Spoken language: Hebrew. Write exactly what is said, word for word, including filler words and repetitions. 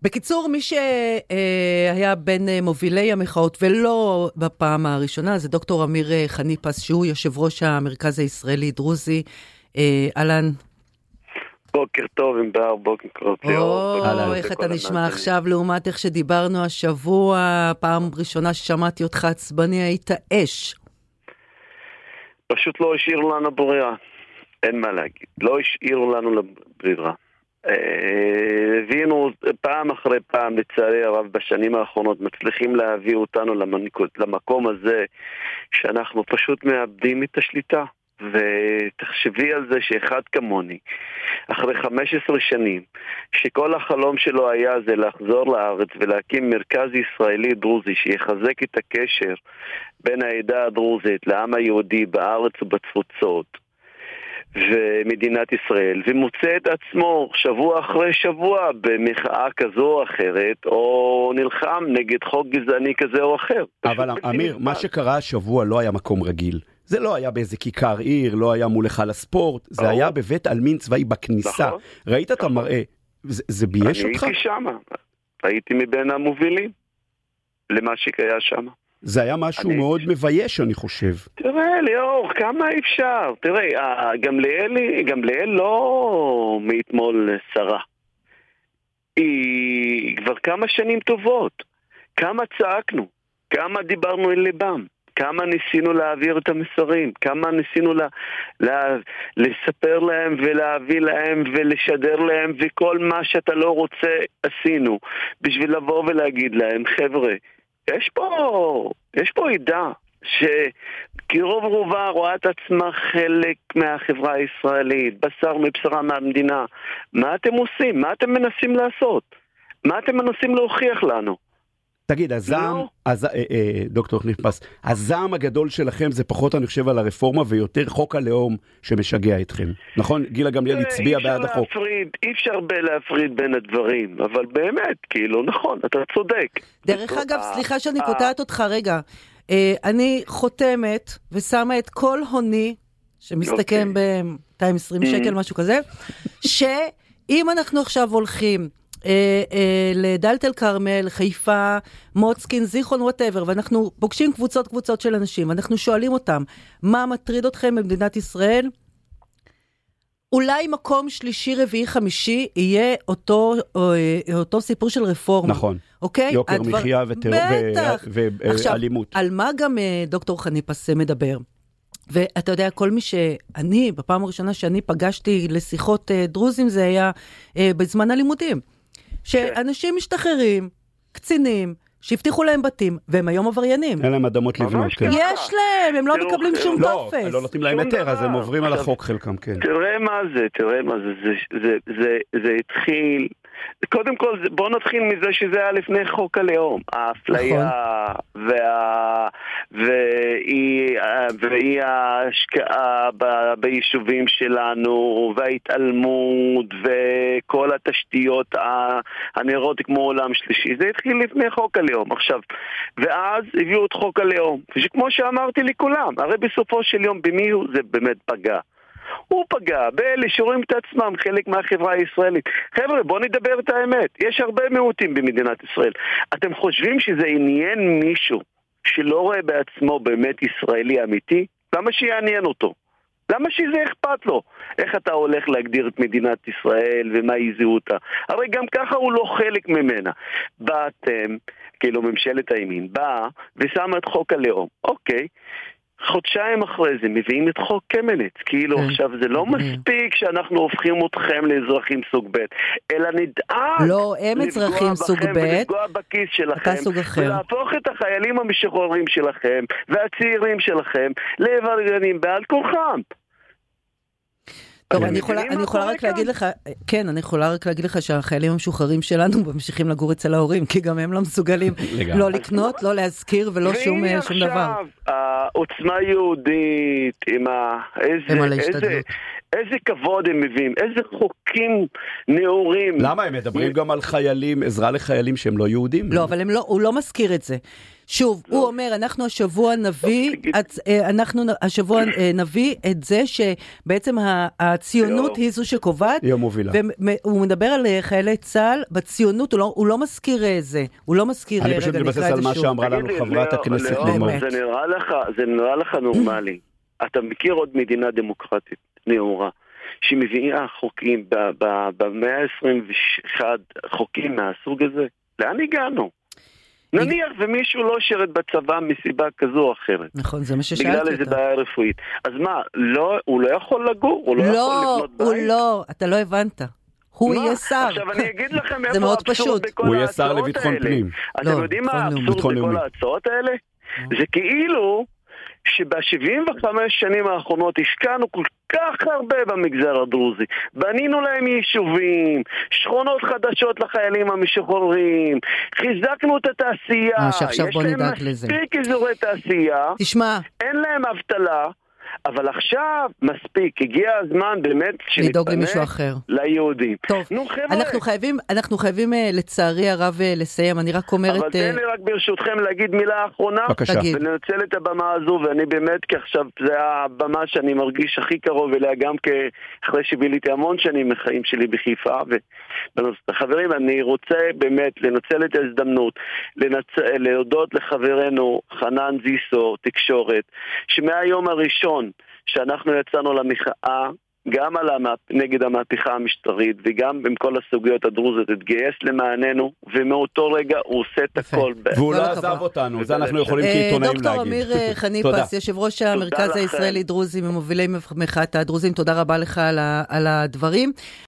בקיצור, מי שהיה בין מובילי המחאות, ולא בפעם הראשונה, זה דוקטור אמיר חניפס, שהוא יושב ראש המרכז הישראלי דרוזי. אלן. בוקר טוב, עם בער, בוקר טוב. או, איך אתה נשמע עכשיו, לעומת איך שדיברנו השבוע, פעם ראשונה ששמעתי אותך עצבני, היית אש. פשוט לא השאירו לנו ברירה, אין מה להגיד, לא השאירו לנו ברירה. הבינו פעם אחרי פעם, לצערי הרב, בשנים האחרונות, מצליחים להביא אותנו למקום הזה, שאנחנו פשוט מאבדים את השליטה. ותחשבי על זה שאחד כמוני, אחרי חמש עשרה שנים, שכל החלום שלו היה זה לחזור לארץ ולהקים מרכז ישראלי דרוזי שיחזק את הקשר בין העדה הדרוזית לעם היהודי בארץ ובתפוצות ומדינת ישראל, ומוצא את עצמו שבוע אחרי שבוע במחאה כזו או אחרת, או נלחם נגד חוק גזעני כזה או אחר. אבל אמיר, מה שקרה השבוע לא היה מקום רגיל. זה לא היה באיזה כיכר עיר, לא היה מול היכל הספורט, זה היה בבית עלמין צבאי בכניסה. ראית את המראה? זה בייש אותך? אני הייתי שם, הייתי מבין המובילים למה שקרה שם. זה היה משהו מאוד מבייש, אני חושב. תראה, ליאור, כמה אפשר? תראה, גם ליאל, גם ליאל לא מאתמול שרה. היא כבר כמה שנים טובות. כמה צעקנו, כמה דיברנו אל ליבם. כמה ניסינו להעביר את המסרים, כמה ניסינו לה, לה, לספר להם ולהביא להם ולשדר להם, וכל מה שאתה לא רוצה עשינו, בשביל לבוא ולהגיד להם, חבר'ה, יש פה, יש פה עדה שכרוב רובה רואה את עצמה חלק מהחברה הישראלית, בשר מבשרה מהמדינה. מה אתם עושים? מה אתם מנסים לעשות? מה אתם מנסים להוכיח לנו? תגיד, הזעם, הז... אה, אה, דוקטור חניפס, הזעם הגדול שלכם זה פחות, אני חושב, על הרפורמה ויותר חוק הלאום שמשגע אתכם. נכון? גילה גמליאל הצביע בעד החוק. להפריד, אי אפשר להפריד בין הדברים, אבל באמת, כאילו, נכון, אתה צודק. דרך אגב, סליחה שאני קוטעת אותך רגע, אה, אני חותמת ושמה את כל הוני, שמסתכם ב-מאתיים ועשרים שקל, משהו כזה, שאם אנחנו עכשיו הולכים אה, אה, לדלת אל כרמל, חיפה, מוצקין, זיכרון, whatever, ואנחנו פוגשים קבוצות קבוצות של אנשים, ואנחנו שואלים אותם, מה מטריד אתכם במדינת ישראל? אולי מקום שלישי, רביעי, חמישי, יהיה אותו, אותו סיפור של רפורמה. נכון. אוקיי? יוקר הדבר... מחיה ואלימות. עכשיו, על מה גם דוקטור חניפס מדבר? ואתה יודע, כל מי שאני, בפעם הראשונה שאני פגשתי לשיחות דרוזים, זה היה בזמן הלימודים. שאנשים משתחררים, קצינים, שהבטיחו להם בתים, והם היום עבריינים. אין להם אדמות לבנות. יש להם, הם לא מקבלים שום טופס. לא נותנים להם יותר, אז הם עוברים על החוק חלקם, כן. תראה מה זה, תראה מה זה, זה התחיל, קודם כל, בוא נתחיל מזה שזה היה לפני חוק הלאום. האפליה והיא ההשקעה ביישובים שלנו, וההתעלמות, וכל התשתיות הנראות כמו עולם שלישי. זה התחיל לפני חוק הלאום. עכשיו, ואז הביאו את חוק הלאום. כמו שאמרתי לכולם, הרי בסופו של יום במי הוא זה באמת פגע. הוא פגע באלה שרואים את עצמם חלק מהחברה הישראלית. חבר'ה, בואו נדבר את האמת. יש הרבה מיעוטים במדינת ישראל. אתם חושבים שזה עניין מישהו שלא רואה בעצמו באמת ישראלי אמיתי? למה שיעניין אותו? למה שזה אכפת לו? איך אתה הולך להגדיר את מדינת ישראל ומה היא זהותה? הרי גם ככה הוא לא חלק ממנה. באתם, כאילו ממשלת הימין, באה ושמה את חוק הלאום. אוקיי. חודשיים אחרי זה מביאים את חוק קמיניץ, כאילו עכשיו זה לא מספיק שאנחנו הופכים אתכם לאזרחים סוג ב', אלא נדאג לא, הם אזרחים סוג ב', ולפגוע בכיס שלכם, ולהפוך את החיילים המשוחררים שלכם והצעירים שלכם לעבריינים בעל כורחם. טוב, אני יכולה, אני יכולה רק להגיד לך, כן, אני יכולה רק להגיד לך שהחיילים המשוחררים שלנו ממשיכים לגור אצל ההורים, כי גם הם לא מסוגלים לא לקנות, לא להזכיר ולא שום דבר. והנה עכשיו, העוצמה יהודית, עם איזה, איזה כבוד הם מביאים, איזה חוקים נאורים. למה הם מדברים גם על חיילים, עזרה לחיילים שהם לא יהודים? לא, אבל לא, הוא לא מזכיר את זה. שוב, לא. הוא אומר, אנחנו השבוע נביא, לא, את, אנחנו השבוע נביא את זה שבעצם הציונות לא. היא זו שקובעת. היא המובילה. והוא מדבר על חיילי צה"ל, בציונות הוא לא, הוא לא מזכיר זה. הוא לא מזכיר, אני פשוט מבסס על מה שאמרה לנו חברת הכנסת לימור. זה נראה לך, זה נראה לך נורמלי. אתה מכיר עוד מדינה דמוקרטית נאורה, שמביאה חוקים במאה ה-עשרים ואחת, חוקים מהסוג הזה? לאן הגענו? נניח ומישהו לא שרת בצבא מסיבה כזו או אחרת. נכון, זה מה ששאלתי אותה. בגלל איזה בעיה רפואית. אז מה, הוא לא יכול לגור? הוא לא יכול לבנות בית? לא, הוא לא, אתה לא הבנת. הוא יהיה שר. עכשיו אני אגיד לכם איפה האבסורד בכל ההצעות האלה. הוא יהיה שר לביטחון פנים. אתם יודעים מה האבסורד בכל ההצעות האלה? זה כאילו שב-שבעים וחמש שנים האחרונות השקענו כל כך הרבה במגזר הדרוזי. בנינו להם יישובים, שכונות חדשות לחיילים המשוחררים, חיזקנו את התעשייה, יש להם מספיק אזורי תעשייה, תשמע. אין להם אבטלה, אבל עכשיו מספיק, הגיע הזמן באמת לדאוג למישהו אחר. ליהודים. טוב, נו, אנחנו חייבים, אנחנו חייבים לצערי הרב לסיים, אני רק אומרת... אבל תן לי רק ברשותכם להגיד מילה אחרונה, בבקשה. ולנצל את הבמה הזו, ואני באמת, כי עכשיו זה הבמה שאני מרגיש הכי קרוב אליה, גם אחרי שביליתי המון שנים מחיים שלי בחיפה, וחברים, אני רוצה באמת לנצל את ההזדמנות, לנצל, להודות לחברנו חנן זיסו, תקשורת, שמהיום הראשון שאנחנו יצאנו למחאה גם על המהפ... נגד המהפכה המשטרית וגם עם כל הסוגיות הדרוזיות התגייס למעננו, ומאותו רגע הוא עושה את הכל. והוא לא עזב אותנו, זה אנחנו יכולים כעיתונאים להגיד. דוקטור אמיר חניפס, יושב ראש המרכז הישראלי דרוזי ממובילי מחאת הדרוזים, תודה רבה לך על הדברים.